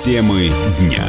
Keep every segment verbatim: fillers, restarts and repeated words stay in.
Темы дня.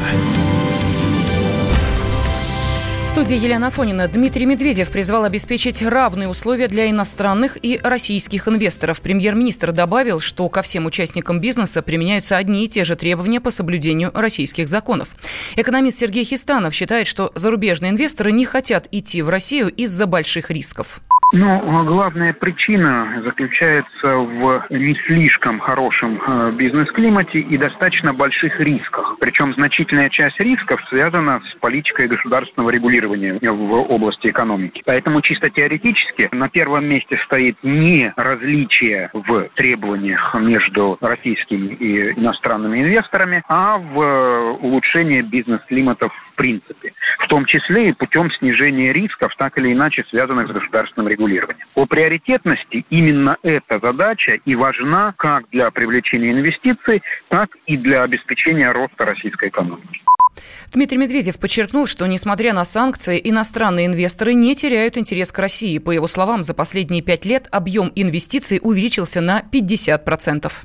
В студии Елена Афонина. Дмитрий Медведев призвал обеспечить равные условия для иностранных и российских инвесторов. Премьер-министр добавил, что ко всем участникам бизнеса применяются одни и те же требования по соблюдению российских законов. Экономист Сергей Хистанов считает, что зарубежные инвесторы не хотят идти в Россию из-за больших рисков. Ну, главная причина заключается в не слишком хорошем э, бизнес-климате и достаточно больших рисках. Причем значительная часть рисков связана с политикой государственного регулирования в области экономики. Поэтому чисто теоретически на первом месте стоит не различие в требованиях между российскими и иностранными инвесторами, а в улучшении бизнес-климата в принципе. В том числе и путем снижения рисков, так или иначе связанных с государственным регулированием. По приоритетности именно эта задача и важна как для привлечения инвестиций, так и для обеспечения роста российской экономики. Дмитрий Медведев подчеркнул, что, несмотря на санкции, иностранные инвесторы не теряют интерес к России. По его словам, за последние пять лет объем инвестиций увеличился на пятьдесят процентов.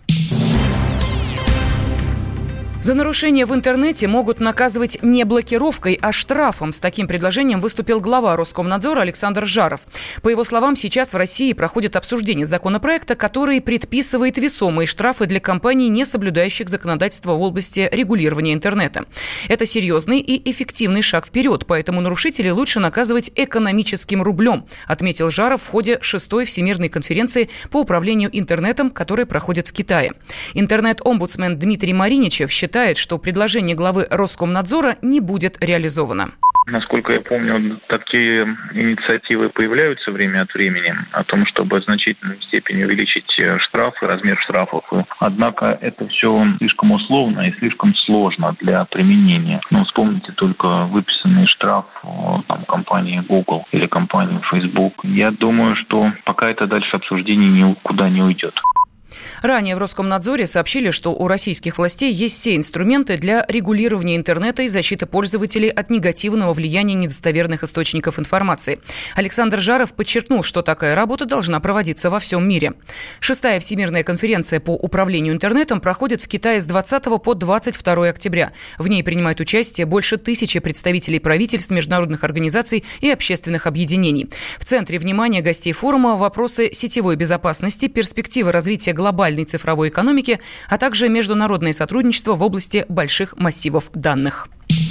За нарушения в интернете могут наказывать не блокировкой, а штрафом. С таким предложением выступил глава Роскомнадзора Александр Жаров. По его словам, сейчас в России проходит обсуждение законопроекта, который предписывает весомые штрафы для компаний, не соблюдающих законодательство в области регулирования интернета. Это серьезный и эффективный шаг вперед, поэтому нарушителей лучше наказывать экономическим рублем, отметил Жаров в ходе шестой Всемирной конференции по управлению интернетом, которая проходит в Китае. Интернет-омбудсмен Дмитрий Мариничев считает, что предложение главы Роскомнадзора не будет реализовано. Насколько я помню, такие инициативы появляются время от времени о том, чтобы в значительной степени увеличить штрафы, размер штрафов. Однако это все слишком условно и слишком сложно для применения. Ну, вспомните только выписанный штраф там, компании Google или компании Facebook. Я думаю, что пока это дальше обсуждение никуда не уйдет. Ранее в Роскомнадзоре сообщили, что у российских властей есть все инструменты для регулирования интернета и защиты пользователей от негативного влияния недостоверных источников информации. Александр Жаров подчеркнул, что такая работа должна проводиться во всем мире. Шестая Всемирная конференция по управлению интернетом проходит в Китае с двадцатого по двадцать второе октября. В ней принимают участие больше тысячи представителей правительств, международных организаций и общественных объединений. В центре внимания гостей форума вопросы сетевой безопасности, перспективы развития глобальной цифровой экономики, а также международное сотрудничество в области больших массивов данных.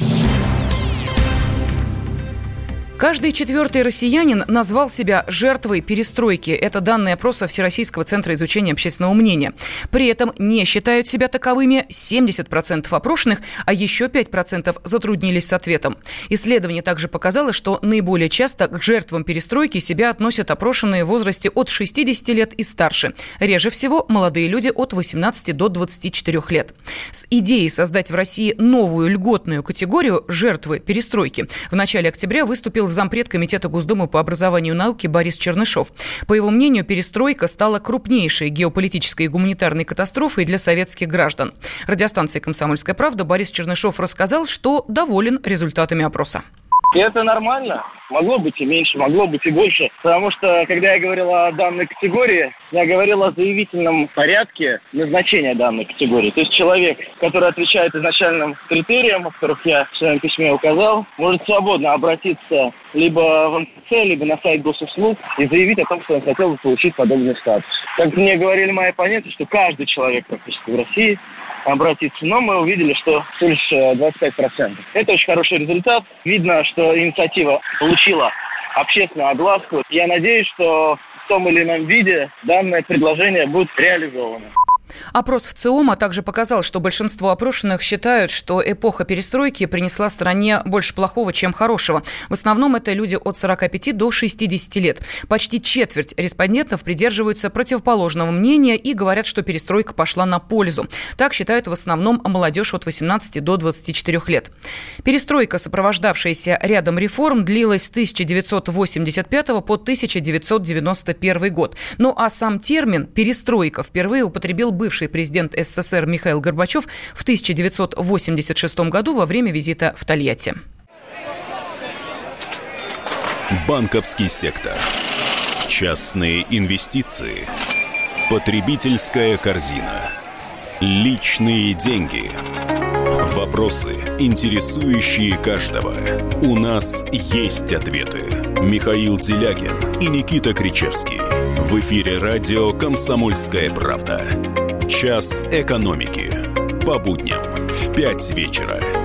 Каждый четвертый россиянин назвал себя жертвой перестройки. Это данные опроса Всероссийского центра изучения общественного мнения. При этом не считают себя таковыми семьдесят процентов опрошенных, а еще пять процентов затруднились с ответом. Исследование также показало, что наиболее часто к жертвам перестройки себя относят опрошенные в возрасте от шестидесяти лет и старше. Реже всего молодые люди от восемнадцати до двадцати четырёх лет. С идеей создать в России новую льготную категорию жертвы перестройки в начале октября выступил зампред Комитета Госдумы по образованию и науке Борис Чернышов. По его мнению, перестройка стала крупнейшей геополитической и гуманитарной катастрофой для советских граждан. Радиостанции «Комсомольская правда» Борис Чернышов рассказал, что доволен результатами опроса. И это нормально. Могло быть и меньше, могло быть и больше. Потому что, когда я говорил о данной категории, я говорил о заявительном порядке назначения данной категории. То есть человек, который отвечает изначальным критериям, о которых я в своем письме указал, может свободно обратиться либо в эн тэ цэ, либо на сайт госуслуг и заявить о том, что он хотел бы получить подобный статус. Как мне говорили мои оппоненты, что каждый человек практически в России обратиться, но мы увидели, что всего лишь двадцать пять процентов. Это очень хороший результат. Видно, что инициатива получила общественную огласку. Я надеюсь, что в том или ином виде данное предложение будет реализовано. Опрос ВЦИОМа также показал, что большинство опрошенных считают, что эпоха перестройки принесла стране больше плохого, чем хорошего. В основном это люди от сорока пяти до шестидесяти лет. Почти четверть респондентов придерживаются противоположного мнения и говорят, что перестройка пошла на пользу. Так считают в основном молодежь от восемнадцати до двадцати четырёх лет. Перестройка, сопровождавшаяся рядом реформ, длилась с тысяча девятьсот восемьдесят пятого по тысяча девятьсот девяносто первый год. Ну а сам термин «перестройка» впервые употребил бывший президент эс эс эс эр Михаил Горбачев в тысяча девятьсот восемьдесят шестом году во время визита в Тольятти. Банковский сектор. Частные инвестиции. Потребительская корзина. Личные деньги. Вопросы, интересующие каждого. У нас есть ответы. Михаил Делягин и Никита Кричевский. В эфире радио «Комсомольская правда». Час экономики. По будням в пять вечера.